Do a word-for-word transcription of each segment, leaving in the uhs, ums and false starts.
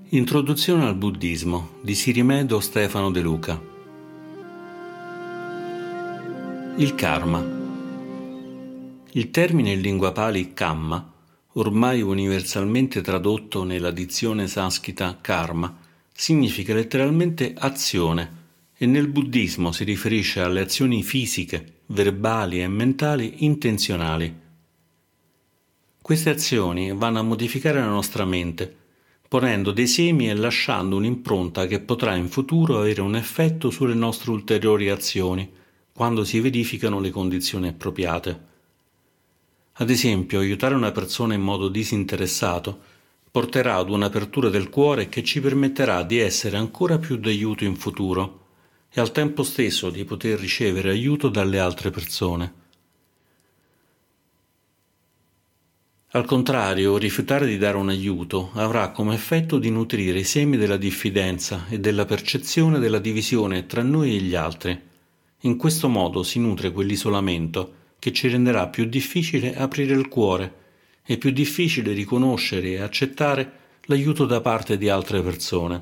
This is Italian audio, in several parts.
Introduzione al buddismo di Sirimedo Stefano De Luca. Il karma. Il termine in lingua pali kamma, ormai universalmente tradotto nella dizione sanscrita karma, significa letteralmente azione e nel buddismo si riferisce alle azioni fisiche, verbali e mentali intenzionali. Queste azioni vanno a modificare la nostra mente, ponendo dei semi e lasciando un'impronta che potrà in futuro avere un effetto sulle nostre ulteriori azioni, quando si verificano le condizioni appropriate. Ad esempio, aiutare una persona in modo disinteressato porterà ad un'apertura del cuore che ci permetterà di essere ancora più d'aiuto in futuro e al tempo stesso di poter ricevere aiuto dalle altre persone. Al contrario, rifiutare di dare un aiuto avrà come effetto di nutrire i semi della diffidenza e della percezione della divisione tra noi e gli altri. In questo modo si nutre quell'isolamento che ci renderà più difficile aprire il cuore e più difficile riconoscere e accettare l'aiuto da parte di altre persone.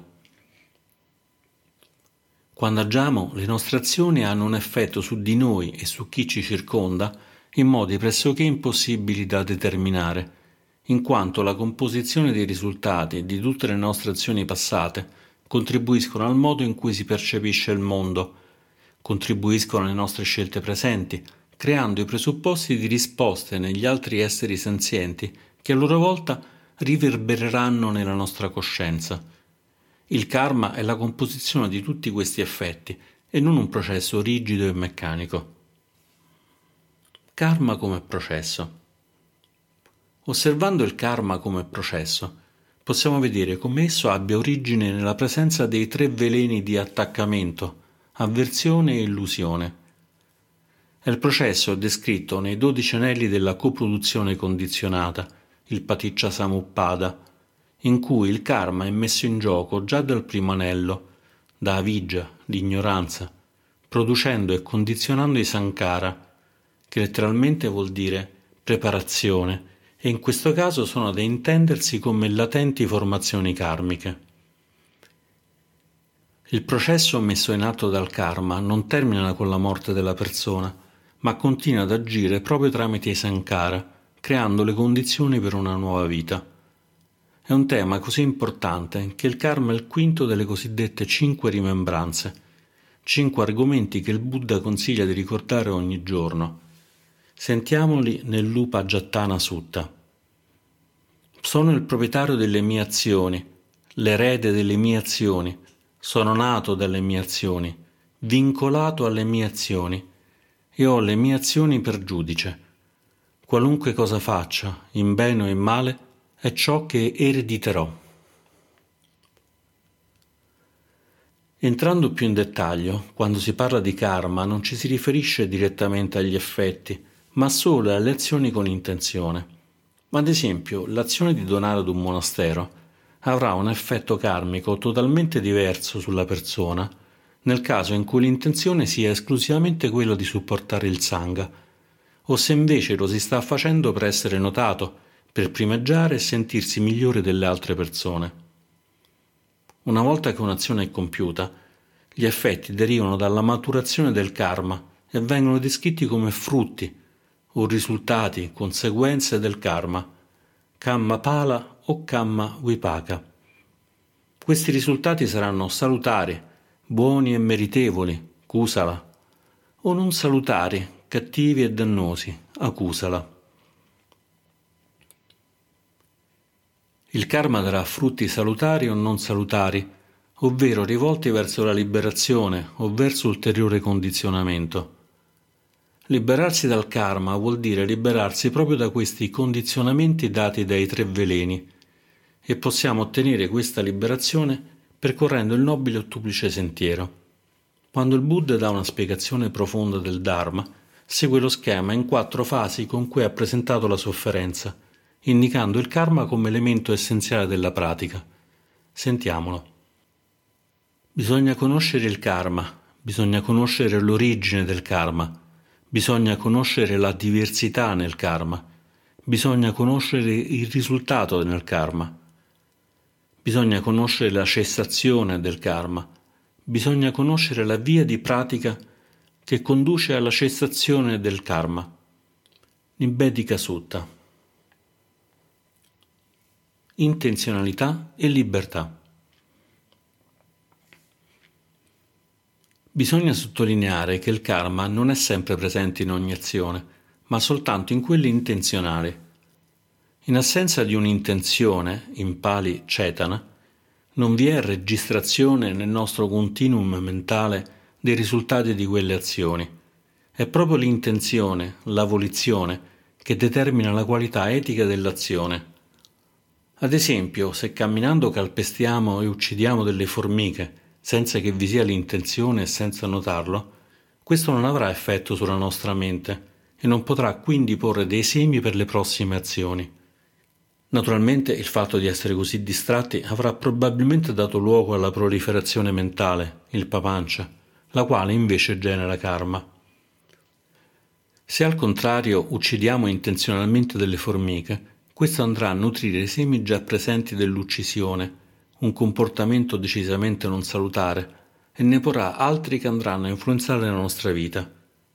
Quando agiamo, le nostre azioni hanno un effetto su di noi e su chi ci circonda in modi pressoché impossibili da determinare, in quanto la composizione dei risultati di tutte le nostre azioni passate contribuiscono al modo in cui si percepisce il mondo, contribuiscono alle nostre scelte presenti, creando i presupposti di risposte negli altri esseri senzienti che a loro volta riverbereranno nella nostra coscienza. Il karma è la composizione di tutti questi effetti e non un processo rigido e meccanico. Karma come processo. Osservando il karma come processo, possiamo vedere come esso abbia origine nella presenza dei tre veleni di attaccamento, avversione e illusione. È il processo descritto nei dodici anelli della coproduzione condizionata, il Paticca Samuppada, in cui il karma è messo in gioco già dal primo anello, da avijja, l'ignoranza, producendo e condizionando i sankhara, che letteralmente vuol dire preparazione, e in questo caso sono da intendersi come latenti formazioni karmiche. Il processo messo in atto dal karma non termina con la morte della persona, ma continua ad agire proprio tramite i sankhara, creando le condizioni per una nuova vita. È un tema così importante che il karma è il quinto delle cosiddette cinque rimembranze, cinque argomenti che il Buddha consiglia di ricordare ogni giorno. Sentiamoli nell'Upajattana Sutta. Sono il proprietario delle mie azioni, l'erede delle mie azioni, sono nato dalle mie azioni, vincolato alle mie azioni e ho le mie azioni per giudice. Qualunque cosa faccia, in bene o in male, è ciò che erediterò. Entrando più in dettaglio, quando si parla di karma non ci si riferisce direttamente agli effetti, ma solo alle azioni con intenzione. Ad esempio, l'azione di donare ad un monastero avrà un effetto karmico totalmente diverso sulla persona nel caso in cui l'intenzione sia esclusivamente quella di supportare il sangha, o se invece lo si sta facendo per essere notato, per primeggiare e sentirsi migliore delle altre persone. Una volta che un'azione è compiuta, gli effetti derivano dalla maturazione del karma e vengono descritti come frutti o risultati, conseguenze del karma, kamma pala o kamma vipaka. Questi risultati saranno salutari, buoni e meritevoli, kusala, o non salutari, cattivi e dannosi, akusala. Il karma darà frutti salutari o non salutari, ovvero rivolti verso la liberazione o verso ulteriore condizionamento. Liberarsi dal karma vuol dire liberarsi proprio da questi condizionamenti dati dai tre veleni, e possiamo ottenere questa liberazione percorrendo il nobile ottuplice sentiero. Quando il Buddha dà una spiegazione profonda del Dharma, segue lo schema in quattro fasi con cui ha presentato la sofferenza, indicando il karma come elemento essenziale della pratica. Sentiamolo. Bisogna conoscere il karma, bisogna conoscere l'origine del karma, bisogna conoscere la diversità nel karma, bisogna conoscere il risultato nel karma, Bisogna conoscere la cessazione del karma. Bisogna conoscere la via di pratica che conduce alla cessazione del karma. Nibbedika Sutta. Intenzionalità e libertà. Bisogna sottolineare che il karma non è sempre presente in ogni azione, ma soltanto in quelle intenzionali. In assenza di un'intenzione, in pali cetana, non vi è registrazione nel nostro continuum mentale dei risultati di quelle azioni. È proprio l'intenzione, la volizione, che determina la qualità etica dell'azione. Ad esempio, se camminando calpestiamo e uccidiamo delle formiche senza che vi sia l'intenzione e senza notarlo, questo non avrà effetto sulla nostra mente e non potrà quindi porre dei semi per le prossime azioni. Naturalmente il fatto di essere così distratti avrà probabilmente dato luogo alla proliferazione mentale, il papancha, la quale invece genera karma. Se al contrario uccidiamo intenzionalmente delle formiche, questo andrà a nutrire i semi già presenti dell'uccisione, un comportamento decisamente non salutare, e ne porrà altri che andranno a influenzare la nostra vita.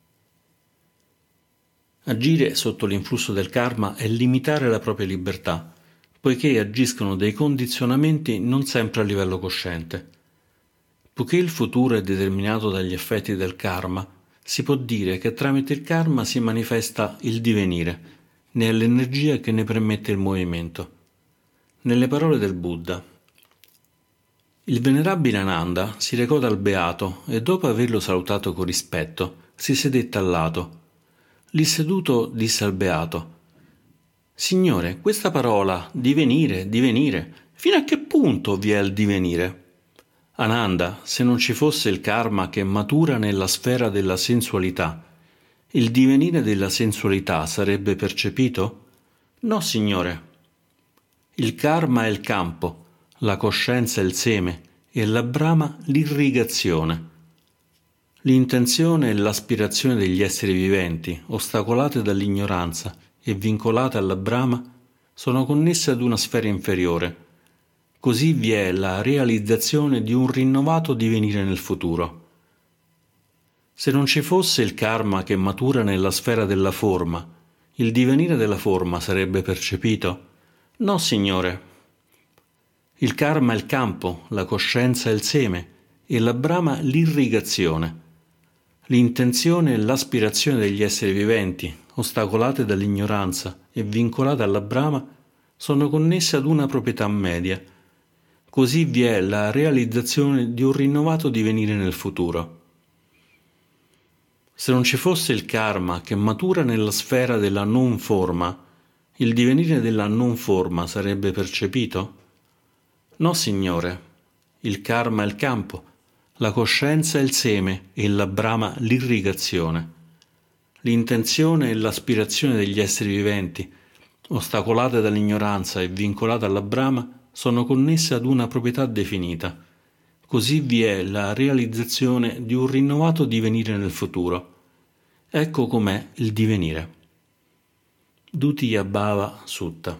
Agire sotto l'influsso del karma è limitare la propria libertà, poiché agiscono dei condizionamenti non sempre a livello cosciente. Poiché il futuro è determinato dagli effetti del karma, si può dire che tramite il karma si manifesta il divenire, ne è l'energia che ne permette il movimento. Nelle parole del Buddha, il venerabile Ananda si recò dal beato e dopo averlo salutato con rispetto si sedette al lato. Lì seduto disse al beato: Signore, questa parola divenire, divenire, fino a che punto vi è il divenire? Ananda, se non ci fosse il karma che matura nella sfera della sensualità, il divenire della sensualità sarebbe percepito? No, Signore. Il karma è il campo, la coscienza è il seme e la brahma l'irrigazione. L'intenzione e l'aspirazione degli esseri viventi, ostacolate dall'ignoranza e vincolate alla brahma, sono connesse ad una sfera inferiore. Così vi è la realizzazione di un rinnovato divenire nel futuro. Se non ci fosse il karma che matura nella sfera della forma, il divenire della forma sarebbe percepito? No, Signore. Il karma è il campo, la coscienza è il seme e la brahma l'irrigazione. L'intenzione e l'aspirazione degli esseri viventi, ostacolate dall'ignoranza e vincolate alla brahma, sono connesse ad una proprietà media. Così vi è la realizzazione di un rinnovato divenire nel futuro. Se non ci fosse il karma che matura nella sfera della non forma, il divenire della non forma sarebbe percepito? No, Signore. Il karma è il campo, la coscienza è il seme e la brahma l'irrigazione. L'intenzione e l'aspirazione degli esseri viventi, ostacolate dall'ignoranza e vincolate alla brahma, sono connesse ad una proprietà definita. Così vi è la realizzazione di un rinnovato divenire nel futuro. Ecco com'è il divenire. Dutiya Bhava Sutta.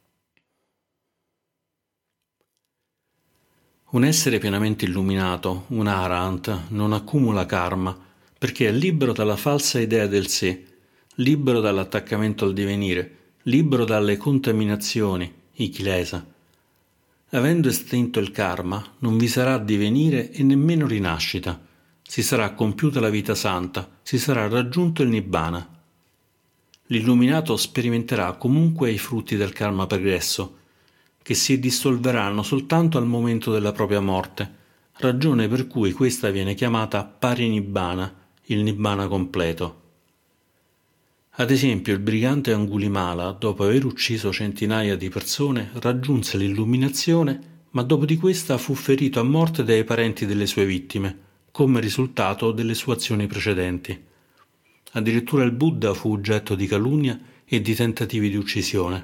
Un essere pienamente illuminato, un arahant, non accumula karma, perché è libero dalla falsa idea del sé, libero dall'attaccamento al divenire, libero dalle contaminazioni, i kilesa. Avendo estinto il karma, non vi sarà divenire e nemmeno rinascita. Si sarà compiuta la vita santa, si sarà raggiunto il nibbana. L'illuminato sperimenterà comunque i frutti del karma pregresso, che si dissolveranno soltanto al momento della propria morte, ragione per cui questa viene chiamata parinibbana, il nibbana completo. Ad esempio, il brigante Angulimala, dopo aver ucciso centinaia di persone, raggiunse l'illuminazione, ma dopo di questa fu ferito a morte dai parenti delle sue vittime, come risultato delle sue azioni precedenti. Addirittura il Buddha fu oggetto di calunnia e di tentativi di uccisione.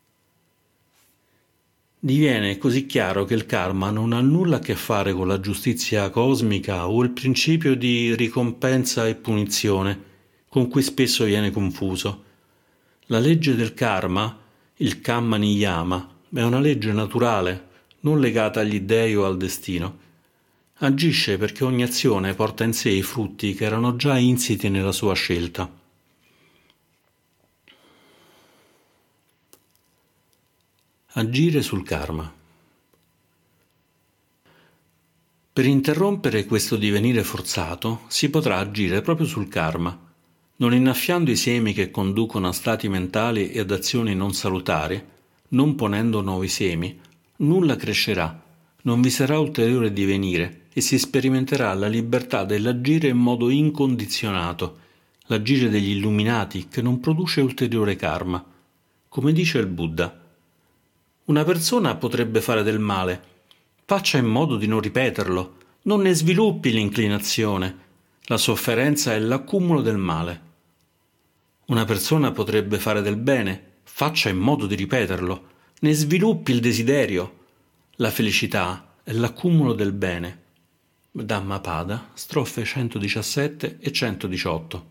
Diviene così chiaro che il karma non ha nulla a che fare con la giustizia cosmica o il principio di ricompensa e punizione, con cui spesso viene confuso. La legge del karma, il kamma niyama, è una legge naturale, non legata agli dèi o al destino. Agisce perché ogni azione porta in sé i frutti che erano già insiti nella sua scelta. Agire sul karma. Per interrompere questo divenire forzato si potrà agire proprio sul karma, non innaffiando i semi che conducono a stati mentali e ad azioni non salutari, non ponendo nuovi semi, nulla crescerà, non vi sarà ulteriore divenire e si sperimenterà la libertà dell'agire in modo incondizionato, l'agire degli illuminati che non produce ulteriore karma. Come dice il Buddha, una persona potrebbe fare del male, faccia in modo di non ripeterlo, non ne sviluppi l'inclinazione. La sofferenza è l'accumulo del male. Una persona potrebbe fare del bene, faccia in modo di ripeterlo, ne sviluppi il desiderio. La felicità è l'accumulo del bene. Dhammapada, strofe centodiciassette e centodiciotto.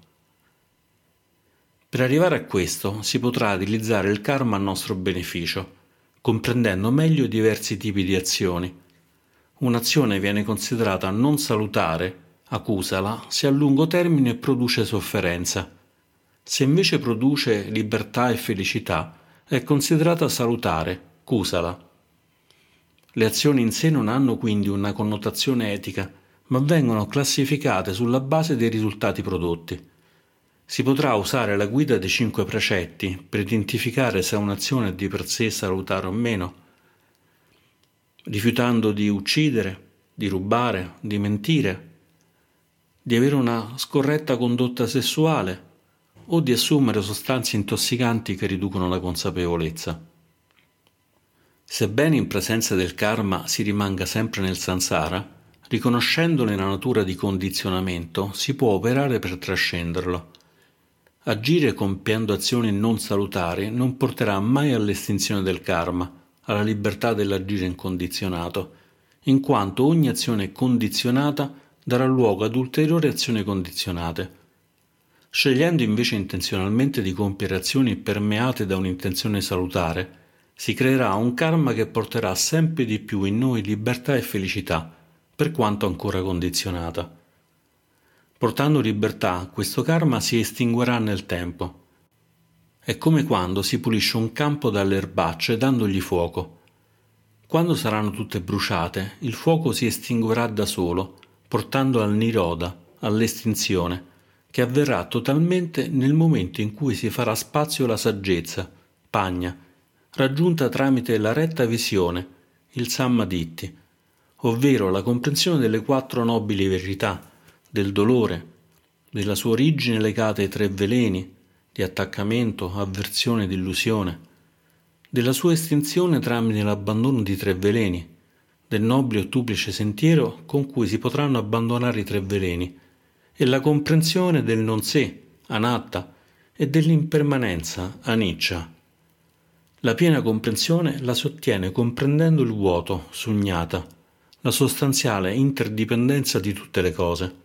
Per arrivare a questo si potrà utilizzare il karma a nostro beneficio, comprendendo meglio i diversi tipi di azioni. Un'azione viene considerata non salutare, accusala, se a lungo termine produce sofferenza. Se invece produce libertà e felicità, è considerata salutare, accusala. Le azioni in sé non hanno quindi una connotazione etica, ma vengono classificate sulla base dei risultati prodotti. Si potrà usare la guida dei cinque precetti per identificare se un'azione è di per sé salutare o meno, rifiutando di uccidere, di rubare, di mentire, di avere una scorretta condotta sessuale o di assumere sostanze intossicanti che riducono la consapevolezza. Sebbene in presenza del karma si rimanga sempre nel samsara, riconoscendone la natura di condizionamento, si può operare per trascenderlo. Agire compiendo azioni non salutari non porterà mai all'estinzione del karma, alla libertà dell'agire incondizionato, in quanto ogni azione condizionata darà luogo ad ulteriori azioni condizionate. Scegliendo invece intenzionalmente di compiere azioni permeate da un'intenzione salutare, si creerà un karma che porterà sempre di più in noi libertà e felicità, per quanto ancora condizionata. Portando libertà, questo karma si estinguerà nel tempo. È come quando si pulisce un campo dalle erbacce dandogli fuoco. Quando saranno tutte bruciate, il fuoco si estinguerà da solo, portando al niroda, all'estinzione, che avverrà totalmente nel momento in cui si farà spazio alla saggezza, pagna, raggiunta tramite la retta visione, il sammaditthi, ovvero la comprensione delle quattro nobili verità, del dolore, della sua origine legata ai tre veleni, di attaccamento, avversione ed illusione, della sua estinzione tramite l'abbandono di tre veleni, del nobile ottuplice sentiero con cui si potranno abbandonare i tre veleni, e la comprensione del non sé, anatta, e dell'impermanenza, anicca. La piena comprensione la si ottiene comprendendo il vuoto, sugnata, la sostanziale interdipendenza di tutte le cose.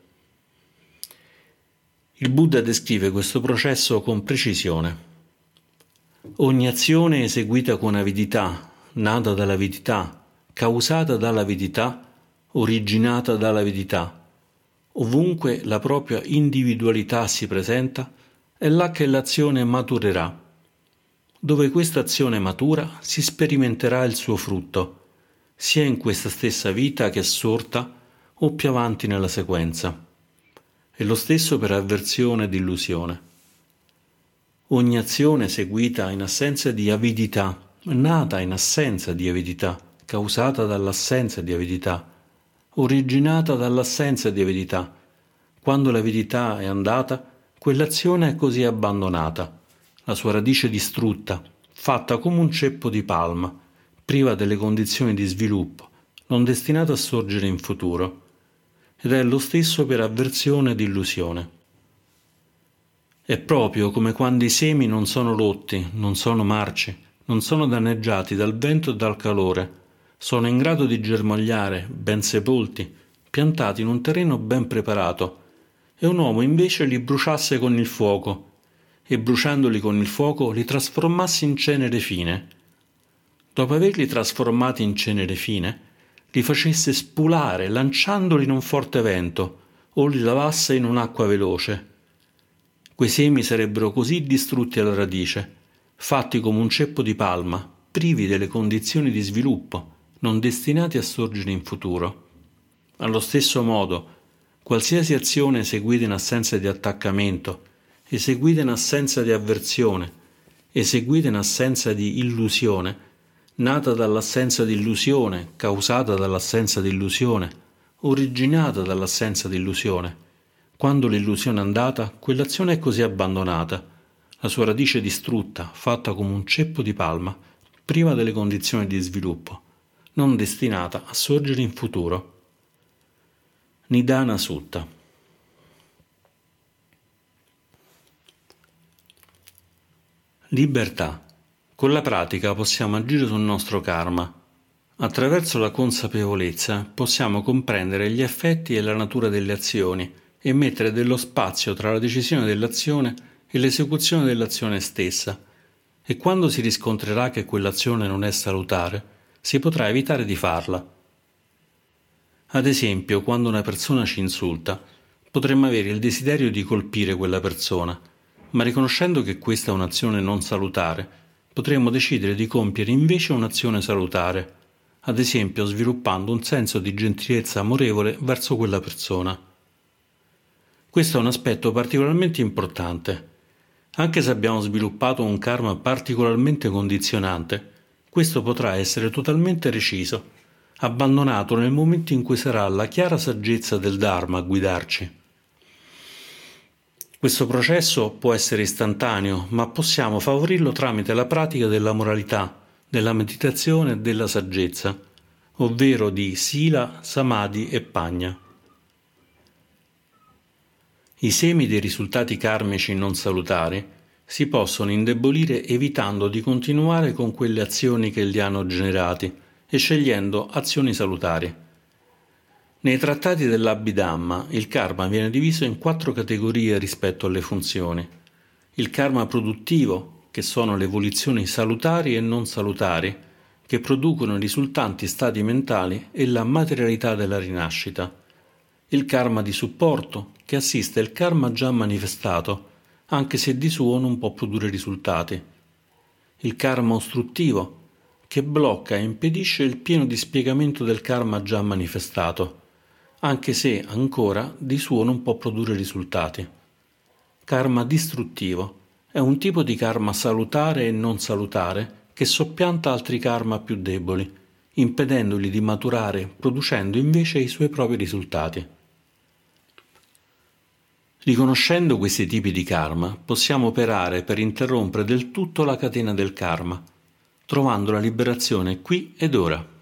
Il Buddha descrive questo processo con precisione. Ogni azione eseguita con avidità, nata dall'avidità, causata dall'avidità, originata dall'avidità, ovunque la propria individualità si presenta, è là che l'azione maturerà. Dove questa azione matura si sperimenterà il suo frutto, sia in questa stessa vita che assorta o più avanti nella sequenza. E lo stesso per avversione ed illusione. Ogni azione eseguita in assenza di avidità, nata in assenza di avidità, causata dall'assenza di avidità, originata dall'assenza di avidità. Quando l'avidità è andata, quell'azione è così abbandonata, la sua radice distrutta, fatta come un ceppo di palma, priva delle condizioni di sviluppo, non destinata a sorgere in futuro. Ed è lo stesso per avversione ed illusione. È proprio come quando i semi non sono rotti, non sono marci, non sono danneggiati dal vento e dal calore, sono in grado di germogliare, ben sepolti, piantati in un terreno ben preparato, e un uomo invece li bruciasse con il fuoco, e bruciandoli con il fuoco li trasformasse in cenere fine. dopo averli trasformati in cenere fine, li facesse spulare lanciandoli in un forte vento o li lavasse in un'acqua veloce. Quei semi sarebbero così distrutti alla radice, fatti come un ceppo di palma, privi delle condizioni di sviluppo, non destinati a sorgere in futuro. Allo stesso modo, qualsiasi azione eseguita in assenza di attaccamento, eseguita in assenza di avversione, eseguita in assenza di illusione, nata dall'assenza di illusione, causata dall'assenza di illusione, originata dall'assenza di illusione. Quando l'illusione è andata, quell'azione è così abbandonata, la sua radice distrutta, fatta come un ceppo di palma, priva delle condizioni di sviluppo, non destinata a sorgere in futuro. Nidana Sutta. Libertà. Con la pratica possiamo agire sul nostro karma. Attraverso la consapevolezza possiamo comprendere gli effetti e la natura delle azioni e mettere dello spazio tra la decisione dell'azione e l'esecuzione dell'azione stessa. E quando si riscontrerà che quell'azione non è salutare, si potrà evitare di farla. Ad esempio, quando una persona ci insulta, potremmo avere il desiderio di colpire quella persona, ma riconoscendo che questa è un'azione non salutare, potremmo decidere di compiere invece un'azione salutare, ad esempio sviluppando un senso di gentilezza amorevole verso quella persona. Questo è un aspetto particolarmente importante. Anche se abbiamo sviluppato un karma particolarmente condizionante, questo potrà essere totalmente reciso, abbandonato nel momento in cui sarà la chiara saggezza del Dharma a guidarci. Questo processo può essere istantaneo, ma possiamo favorirlo tramite la pratica della moralità, della meditazione e della saggezza, ovvero di Sila, Samadhi e Pagna. I semi dei risultati karmici non salutari si possono indebolire evitando di continuare con quelle azioni che li hanno generati e scegliendo azioni salutari. Nei trattati dell'Abhidhamma il karma viene diviso in quattro categorie rispetto alle funzioni. Il karma produttivo, che sono le volizioni salutari e non salutari, che producono i risultanti stati mentali e la materialità della rinascita. Il karma di supporto, che assiste il karma già manifestato, anche se di suo non può produrre risultati. Il karma ostruttivo, che blocca e impedisce il pieno dispiegamento del karma già manifestato, anche se ancora di suo non può produrre risultati. Karma distruttivo è un tipo di karma salutare e non salutare che soppianta altri karma più deboli, impedendogli di maturare, producendo invece i suoi propri risultati. Riconoscendo questi tipi di karma, possiamo operare per interrompere del tutto la catena del karma, trovando la liberazione qui ed ora.